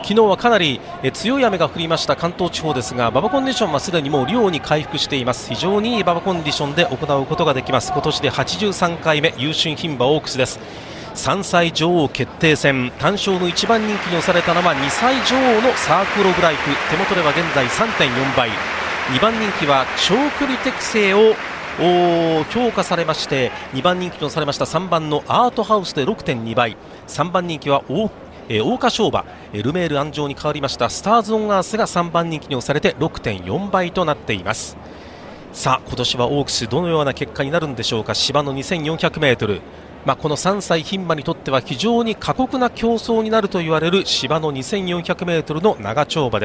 昨日はかなり強い雨が降りました関東地方ですが、馬場コンディションはすでにもう量に回復しています。非常にいい馬場コンディションで行うことができます。今年で83回目優駿牝馬オークスです。3歳女王決定戦、単勝の1番人気に押されたのは2歳女王のサークルオブライフ、手元では現在 3.4 倍、2番人気は長距離適正を評価されまして、2番人気とされました3番のアートハウスで 6.2 倍、3番人気は桜花賞馬ルメール安城に変わりましたスターズ・オン・アースが3番人気に押されて 6.4 倍となっています。さあ今年はオークスどのような結果になるんでしょうか。芝の 2400m、この3歳牝馬にとっては非常に過酷な競争になると言われる芝の 2400m の長丁場です。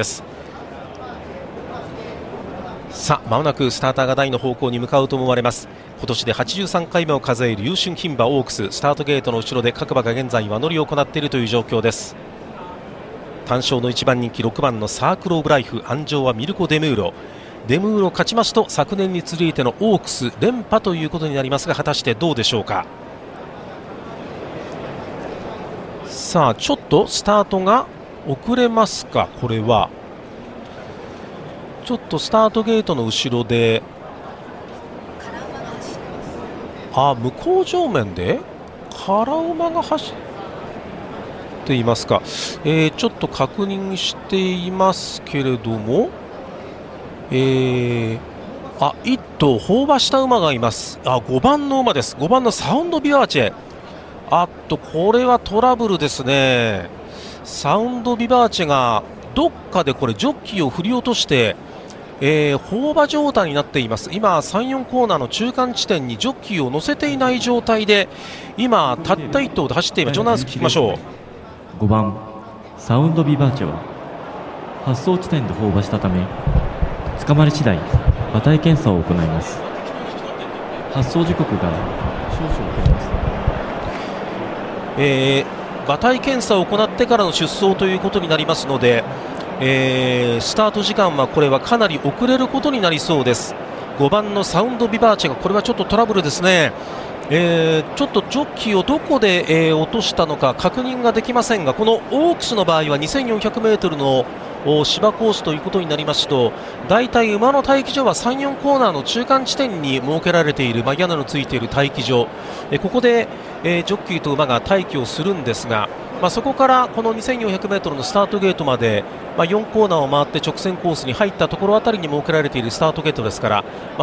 さあ間もなくスターターが台の方向に向かうと思われます。今年で83回目を数える優駿牝馬オークス、スタートゲートの後ろで各馬が現在は乗りを行っているという状況です。単勝の1番人気6番のサークルオブライフ、安城はミルコ・デムーロ勝ちますと昨年に続いてのオークス連覇ということになりますが、果たしてどうでしょうか。さあちょっとスタートが遅れますか。これはちょっとスタートゲートの後ろで向こう上面でカラ馬が走っていますか。ちょっと確認していますけれども、1頭放馬した馬がいます。5番の馬です。5番のサウンドビバーチェ。これはトラブルですね。サウンドビバーチェがどっかでこれジョッキーを振り落として放馬状態になっています。今3、4コーナーの中間地点にジョッキーを乗せていない状態で今たった1頭で走っています。ジョナース聞きましょう。 5番サウンドビバーチェは発走地点で放馬したため、捕まり次第馬体検査を行います。発走時刻が少々遅れます。 馬体検査を行ってからの出走ということになりますので、スタート時間はこれはかなり遅れることになりそうです。5番のサウンドビバーチェがこれはちょっとトラブルですね。ちょっとジョッキーをどこで、落としたのか確認ができませんが、このオークスの場合は 2400m の芝コースということになりますと、だいたい馬の待機所は3、4コーナーの中間地点に設けられている屋根のついている待機所、ここで、ジョッキーと馬が待機をするんですが、そこからこの 2400m のスタートゲートまで、4コーナーを回って直線コースに入ったところあたりに設けられているスタートゲートですから、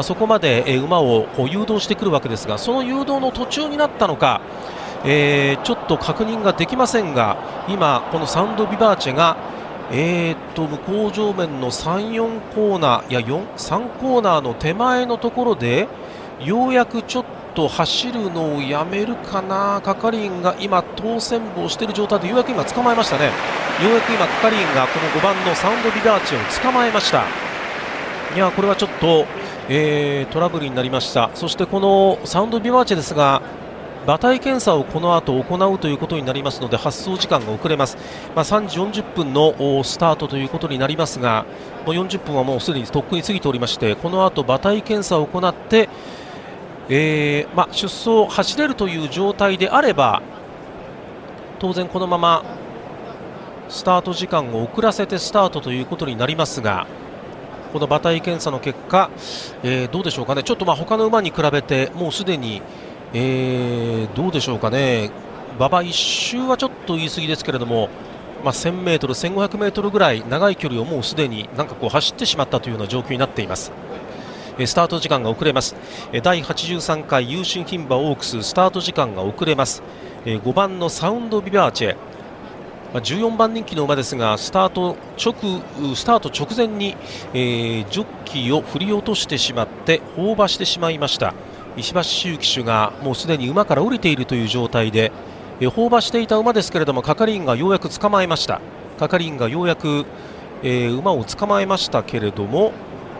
そこまで、馬を誘導してくるわけですが、その誘導の途中になったのか、ちょっと確認ができませんが、今このサウンドビバーチェが向こう上面の3、4コーナー、3コーナーの手前のところでようやくちょっと走るのをやめるかな。係員が今当選棒している状態でようやく今捕まえましたね。ようやく今係員がこの5番のサウンドビバーチェを捕まえました。これはちょっと、トラブルになりました。そしてこのサウンドビバーチェですが、馬体検査をこの後行うということになりますので発走時間が遅れます。3時40分のスタートということになりますが、もう40分はもうすでにとっくに過ぎておりまして、この後馬体検査を行って、出走走れるという状態であれば当然このままスタート時間を遅らせてスタートということになりますが、この馬体検査の結果、どうでしょうかね。ちょっと他の馬に比べてもうすでにどうでしょうかね。馬場1周はちょっと言い過ぎですけれども、1000m、1500m ぐらい長い距離をもうすでに走ってしまったというような状況になっています。スタート時間が遅れます。第83回優駿牝馬オークス、スタート時間が遅れます。5番のサウンドビバーチェ、14番人気の馬ですがスタート直前に、ジョッキーを振り落としてしまって放馬してしまいました。石橋周騎手がもうすでに馬から降りているという状態で、放馬していた馬ですけれども係員がようやく捕まえました。係員がようやく、馬を捕まえましたけれども、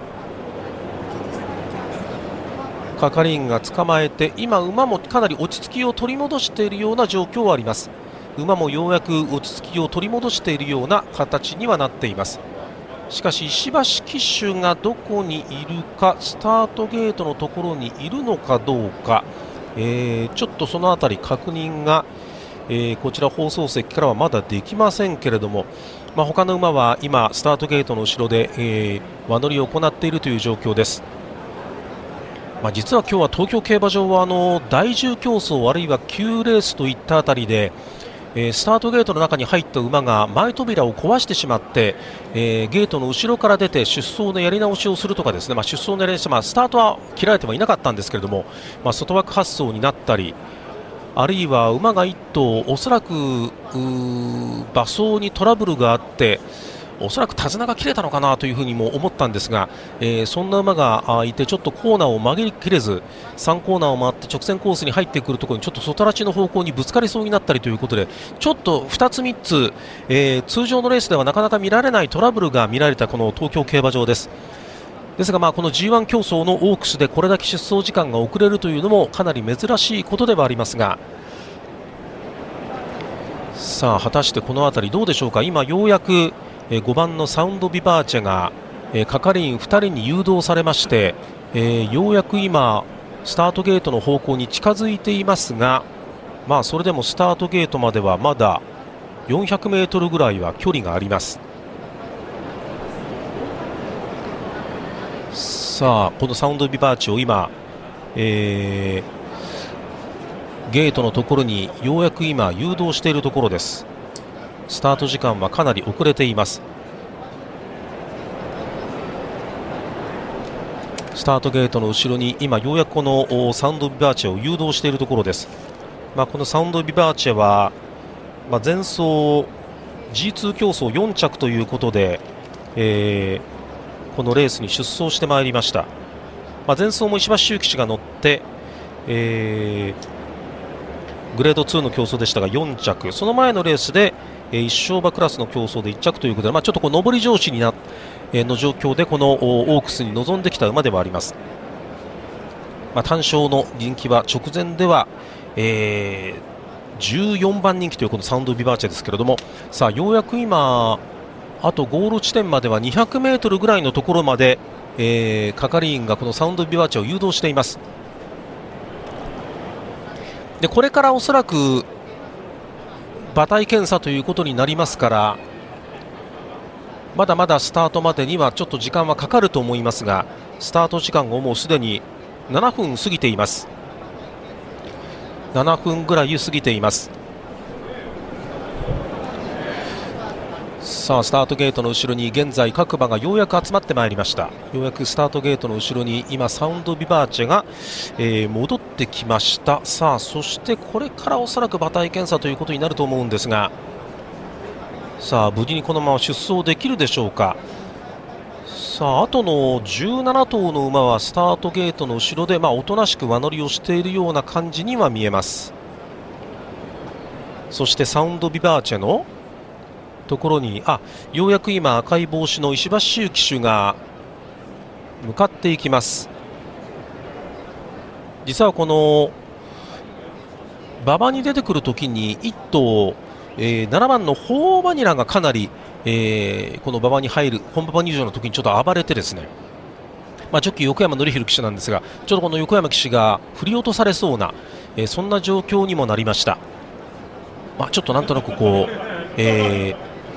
係員が捕まえて今馬もかなり落ち着きを取り戻しているような状況はあります。馬もようやく落ち着きを取り戻しているような形にはなっています。しかし石橋騎手がどこにいるか、スタートゲートのところにいるのかどうか、ちょっとそのあたり確認が、 こちら放送席からはまだできませんけれども、他の馬は今スタートゲートの後ろで、輪乗りを行っているという状況です。実は今日は東京競馬場は第10競争あるいは9レースといったあたりで、スタートゲートの中に入った馬が前扉を壊してしまって、ゲートの後ろから出て出走のやり直しをするとかですね、出走のやり直し、スタートは切られてはいなかったんですけれども、外枠発走になったり、あるいは馬が1頭おそらく馬走にトラブルがあっておそらく手綱が切れたのかなというふうにも思ったんですが、そんな馬がいてちょっとコーナーを曲げきれず3コーナーを回って直線コースに入ってくるところにちょっと外ラチの方向にぶつかりそうになったりということでちょっと2つ3つ、通常のレースではなかなか見られないトラブルが見られたこの東京競馬場です。ですがこの G1 競争のオークスでこれだけ出走時間が遅れるというのもかなり珍しいことではありますが、さあ果たしてこの辺りどうでしょうか。今ようやく5番のサウンドビバーチェが係員2人に誘導されまして、ようやく今スタートゲートの方向に近づいていますが、それでもスタートゲートまではまだ400メートルぐらいは距離があります。さあこのサウンドビバーチを今、ゲートのところにようやく今誘導しているところです。スタート時間はかなり遅れています。スタートゲートの後ろに今ようやくこのサウンドビバーチェを誘導しているところです。このサウンドビバーチェは、前走 G2 競争4着ということで、このレースに出走してまいりました。前走も石橋周騎手が乗って、グレード2の競争でしたが4着、その前のレースで、一勝馬クラスの競争で1着ということで、ちょっとこう上り調子の状況でこのオークスに臨んできた馬ではあります。単勝の人気は直前では、14番人気というこのサウンドビバーチェですけれども、さあようやく今あとゴール地点までは200メートルぐらいのところまで、係員がこのサウンドビバーチェを誘導しています。でこれからおそらく馬体検査ということになりますから、まだまだスタートまでにはちょっと時間はかかると思いますが、スタート時間をもうすでに7分過ぎています。7分ぐらい過ぎています。さあスタートゲートの後ろに現在各馬がようやく集まってまいりました。ようやくスタートゲートの後ろに今サウンドビバーチェが、戻ってきました。さあそしてこれからおそらく馬体検査ということになると思うんですが、さあ無事にこのまま出走できるでしょうか。さあ後の17頭の馬はスタートゲートの後ろで、おとなしく輪乗りをしているような感じには見えます。そしてサウンドビバーチェのところにようやく今赤い帽子の石橋周騎手が向かっていきます。実はこの馬場に出てくるときに1頭、7番のホーバニラがかなり、この馬場に入る本馬場入場のときにちょっと暴れてですね、ジョッキー横山典弘騎手なんですが、ちょっとこの横山騎手が振り落とされそうな、そんな状況にもなりました。ちょっとなんとなくこう、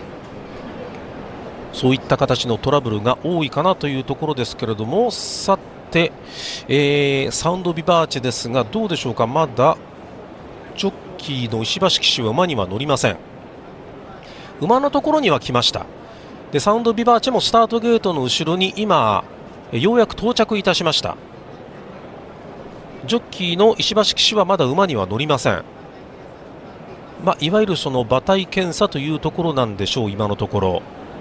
そういった形のトラブルが多いかなというところですけれども、さて、サウンドビバーチェですがどうでしょうか。まだジョッキーの石橋騎手は馬には乗りません。馬のところには来ました。でサウンドビバーチェもスタートゲートの後ろに今ようやく到着いたしました。ジョッキーの石橋騎手はまだ馬には乗りません。いわゆるその馬体検査というところなんでしょう、今のところ。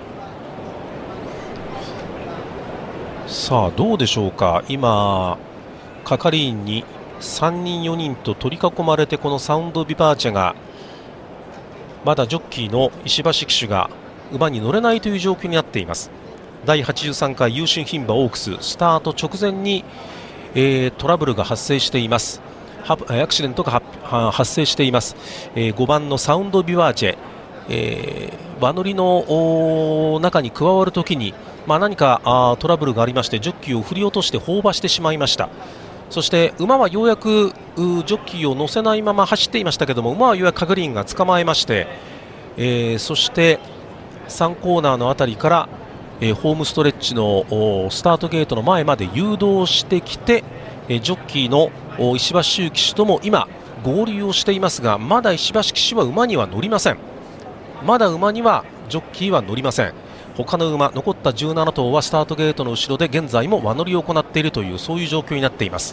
さあどうでしょうか。今係員に3人4人と取り囲まれて、このサウンドビバーチェがまだジョッキーの石橋騎手が馬に乗れないという状況になっています。第83回優駿牝馬オークススタート直前に、トラブルが発生しています。アクシデントが発生しています。5番のサウンドビバーチェ、馬乗りの中に加わるときに、何かトラブルがありましてジョッキーを振り落として放馬してしまいました。 そして馬はようやくジョッキーを乗せないまま走っていましたけども、馬はようやくカグリーンが捕まえまして、そして3コーナーのあたりから、ホームストレッチのスタートゲートの前まで誘導してきて、ジョッキーの石橋周騎手とも今合流をしていますが、まだ石橋騎手は馬には乗りません。まだ馬にはジョッキーは乗りません。他の馬、残った17頭はスタートゲートの後ろで現在も輪乗りを行っているという、そういう状況になっています。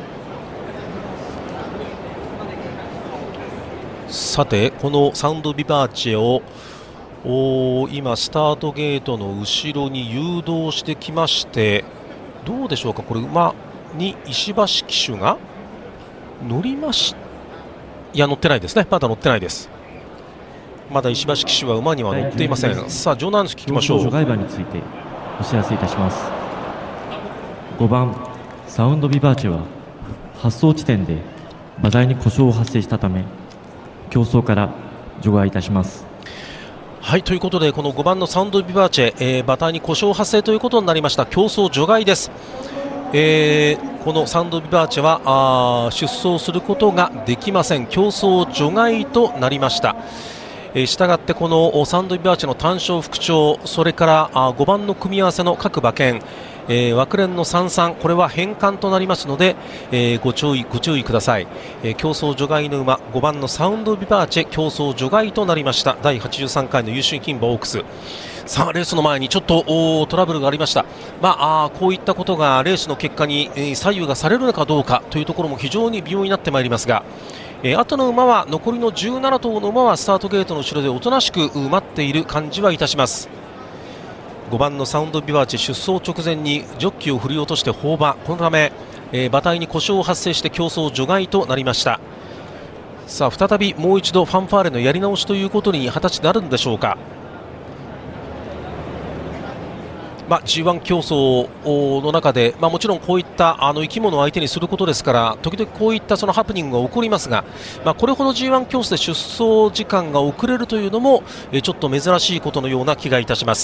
さて、このサウンドビバーチェを今スタートゲートの後ろに誘導してきまして、どうでしょうか、これ馬に石橋騎手が乗りまし、いや乗ってないですね、まだ乗ってないです。まだ石橋騎手は馬には乗っていません。さあ場内アナウンス聞きましょう。 除外馬についてお知らせいたします。5番サウンドビバーチェは発走地点で馬体に故障を発生したため競走から除外いたします。 はい、ということでこの5番のサウンドビバーチェ、馬体に故障発生ということになりました。競走除外です。このサウンドビバーチェは出走することができません。競走除外となりました。したがってこのサウンドビバーチェの単勝復調、それから5番の組み合わせの各馬券、枠連の33、これは返還となりますので、ご注意ください。競走除外の馬5番のサウンドビバーチェ競走除外となりました。第83回の優秀牝馬オークス。さあレースの前にちょっとトラブルがありました。こういったことがレースの結果に左右がされるのかどうかというところも非常に微妙になってまいりますが、後の馬は残りの17頭の馬はスタートゲートの後ろでおとなしく待っている感じはいたします。5番のサウンドビバーチェ出走直前にジョッキを振り落として放馬、このため、馬体に故障を発生して競走除外となりました。さあ再びもう一度ファンファーレのやり直しということに果たしてなるんでしょうか。G1 競争の中で、もちろんこういった生き物を相手にすることですから時々こういったそのハプニングが起こりますが、これほど G1 競争で出走時間が遅れるというのもちょっと珍しいことのような気がいたします。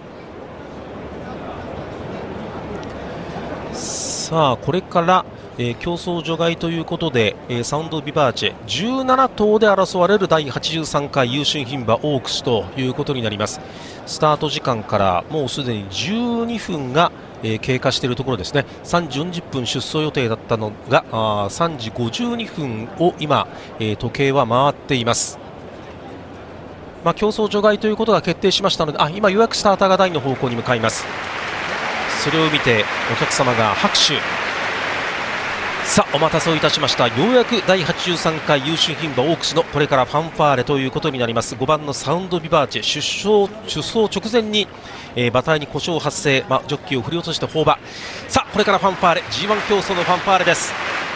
さあこれから競走除外ということで、サウンドビバーチェ17頭で争われる第83回優秀牝馬オークスということになります。スタート時間からもうすでに12分が、経過しているところですね。3時40分出走予定だったのが3時52分を今、時計は回っています。競走除外ということが決定しましたので、今ようやくスターターが台の方向に向かいます。それを見てお客様が拍手。さあお待たせをいたしました。ようやく第83回優秀牝馬オークスのこれからファンファーレということになります。5番のサウンドビバーチェ出走直前に、馬体に故障発生、ジョッキーを振り落として放馬。さあこれからファンファーレ G1 競争のファンファーレです。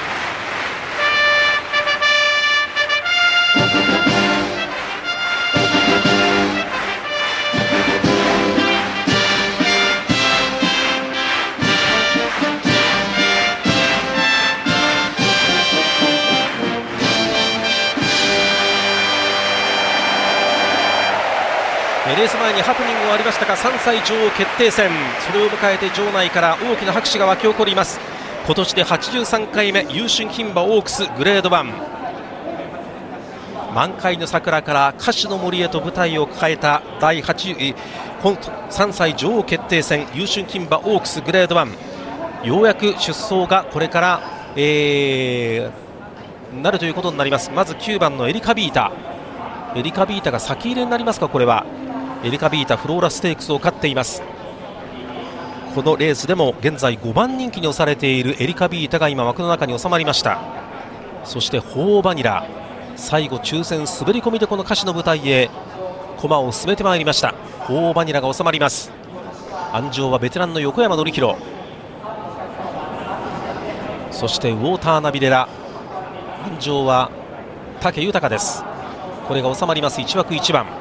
レース前にハプニングがありましたが3歳女王決定戦、それを迎えて場内から大きな拍手が沸き起こります。今年で83回目優秀牝馬オークスグレード1、満開の桜から歌手の森へと舞台を変えた第3歳女王決定戦優秀牝馬オークスグレード1、ようやく出走がこれから、なるということになります。まず9番のエリカビータが先入れになりますか。これはエリカビータフローラステークスを勝っています。このレースでも現在5番人気に押されているエリカビータが今枠の中に収まりました。そしてホーバニラ、最後抽選滑り込みでこの歌手の舞台へ駒を進めてまいりました。ホーバニラが収まります。安城はベテランの横山典弘、そしてウォーターナビレラ、安城は武豊です。これが収まります。1枠1番、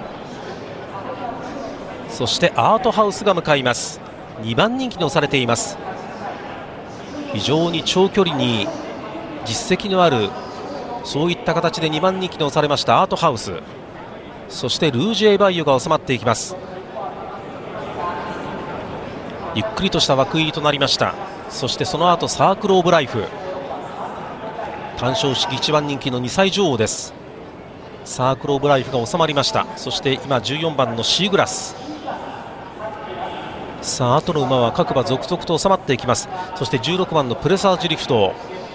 そしてアートハウスが向かいます。2番人気に押されています。非常に長距離に実績のあるそういった形で2番人気に押されましたアートハウス、そしてルージェイバイオが収まっていきます。ゆっくりとした枠入りとなりました。 そしてその後サークルオブライフ、単勝式1番人気の2歳女王です。サークルオブライフが収まりました。そして今14番のシーグラス、さあ後の馬は各馬続々と収まっていきます。そして16番のプレサージュリフト、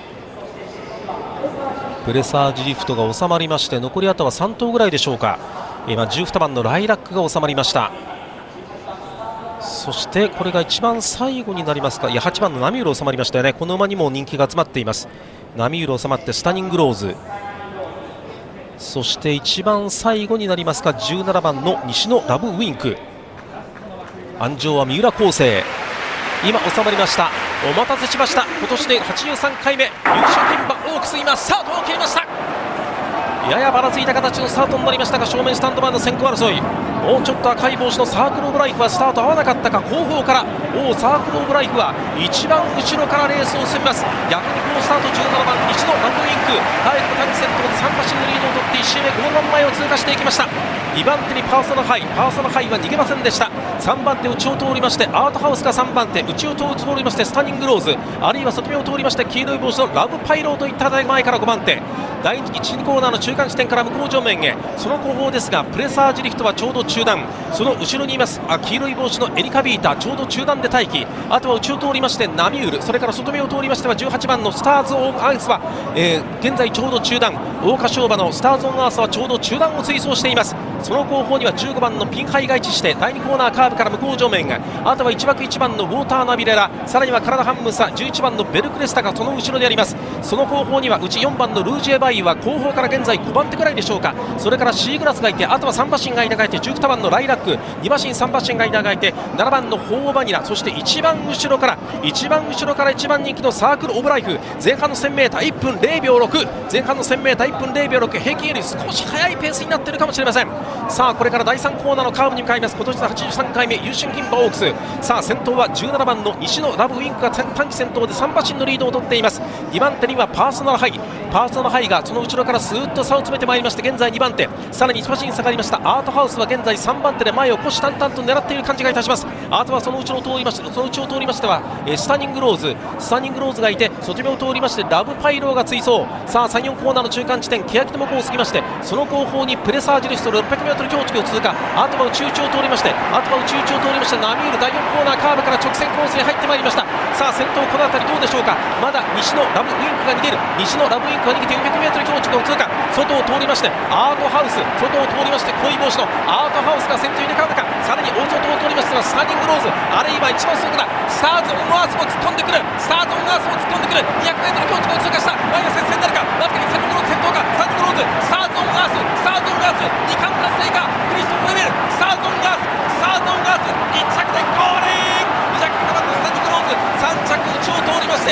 プレサージュリフトが収まりまして、残りあとは3頭ぐらいでしょうか。今12番のライラックが収まりました。そしてこれが一番最後になりますか。いや、8番のナミュール収まりましたよね。この馬にも人気が集まっています。ナミュール収まってスタニングローズ、そして一番最後になりますか17番の西のラブウィンク、安城は三浦康生、今収まりました。お待たせしました。今年で83回目優勝牝馬オークス、今スタートを切りました。ややばらついた形のスタートになりましたが、正面スタンド前の先行争い、もうちょっと赤い帽子のサークルオブライフはスタート合わなかったか。後方からサークルオブライフは一番後ろからレースを進みます。逆にこのスタート17番西のラブウィンク、早くも短期先頭で3馬身のリードを取って1周目5番前を通過していきました。2番手にパーソナハイ、パーソナハイは逃げませんでした。3番手内を通りましてアートハウスが3番手、内を通りましてスタニングローズ、あるいは外目を通りまして黄色い帽子のラブパイローといった前から5番手、第1コーナーの中間地点から向こう上面へ、その後方ですがプレサージリフトはちょうど中段、その後ろにいます黄色い帽子のエリカビータ、ちょうど中段で待機。あとは内を通りましてナミュール、それから外目を通りましては18番のスターズ・オン・アースは、現在ちょうど中段、桜花賞馬のスターズ・オン・アースはちょうど中段を追走しています。その後方には15番のピンハイが位置して第2コーナーカーブから向こう上面が、あとは1枠1番のウォーターナビレラ、さらにはカラダハンムサ11番のベルクレスタがその後ろであります。その後方には内4番のルージエバイは後方から現在5番手ぐらいでしょうか。それからシーグラスがいて、あとは3馬身が間がいて12番のライラック、2馬身3馬身が間がいて7番のホーバニラ、そして一番後ろから1番人気のサークルオブライフ、前半の 1000m1 分0秒6、前半の 1000m1 分0秒6、平均より少し速いペースになっているかもしれません。さあこれから第3コーナーのカーブに向かいます。今年の83回目優勝牝馬オークス、さあ先頭は17番の西のラブウィンクが短期先頭で3馬身のリードを取っています。2番手にはパーソナルハイがその後ろからスーッと差を詰めてまいりまして現在2番手、さらに1馬身下がりましたアートハウスは現在3番手で前を虎視眈々と狙っている感じがいたします。あとはその後ろを通りましてはスタニングローズがいて、外目を通りましてラブパイローが追走。さあ 3,4 コーナーの中間地点、欅の向こうを過ぎまして、その後方にプレサージリスト 600m 強地を通過、あとは内を通りましてナミュール第4コーナーカーブから直線コースに入ってまいりました。さあ先頭この辺りどうでしょうか。まだ西のラブウィンクが逃げる、て 400m 強地を通過、外を通りましてアートハウス、外を通りまして濃い帽子のアートハウスが先頭に入れ替わるか、さらに大外を通りましてはスターニングローズ、あるいは一番外からスターズ・オン・アースも突っ込んでくる、200m 強地を通過した前の先生になるか、ラプティスタニングローズ先頭か、スターニングローズ、スターズ・オン・アース、2冠達成か、クリストフ・レベル、スターズ・オン・アース、1着でゴールイン、2着7番のスタニングローズ、3着内を通りまして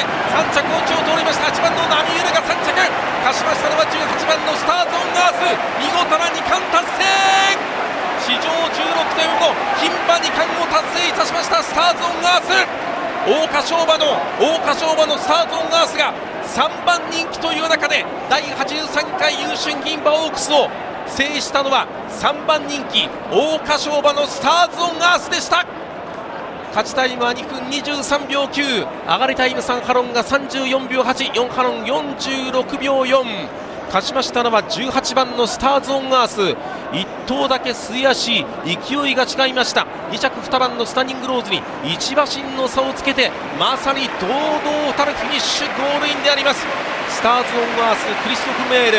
8番のナミュールが3着、勝ちましたのは18番のスターズ・オン・アース、見事な2冠達成、史上16.5牝馬2冠を達成いたしましたスターズ・オン・アース。桜花賞馬のスターズ・オン・アースが3番人気という中で第83回優勝牝馬オークスを制したのは3番人気桜花賞馬のスターズ・オン・アースでした。勝ちタイムは2分23秒9、上がりタイム3ハロンが34秒8、4ハロン46秒4、勝ちましたのは18番のスターズ・オン・アース、1頭だけ末脚勢いが違いました。2着2番のスタニングローズに1馬身の差をつけてまさに堂々たるフィニッシュゴールインであります。スターズ・オン・アース、クリストフ・メール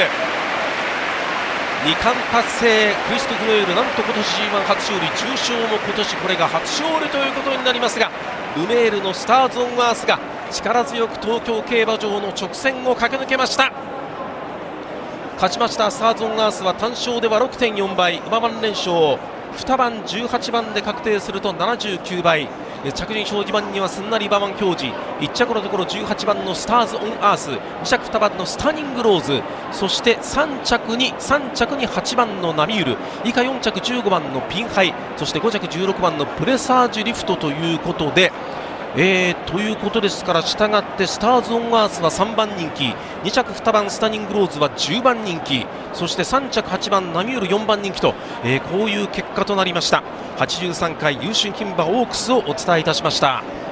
2冠達成。クリストフ・メールなんと今年 G1 初勝利、重賞も今年これが初勝利ということになりますが、ルメールのスターズ・オン・アースが力強く東京競馬場の直線を駆け抜けました。勝ちましたスターズ・オン・アースは単勝では 6.4 倍、馬番連勝2番18番で確定すると79倍、着順表示板にはすんなり馬番表示、1着のところ18番のスターズ・オン・アース、2着2番のスタニングローズ、そして3着に8番のナミュール、以下4着15番のピンハイ、そして5着16番のプレサージュリフトということで、ですから従ってスターズ・オン・アースは3番人気、2着2番スタニングローズは10番人気、そして3着8番ナミュール4番人気と、こういう結果となりました。83回優勝牝馬オークスをお伝えいたしました。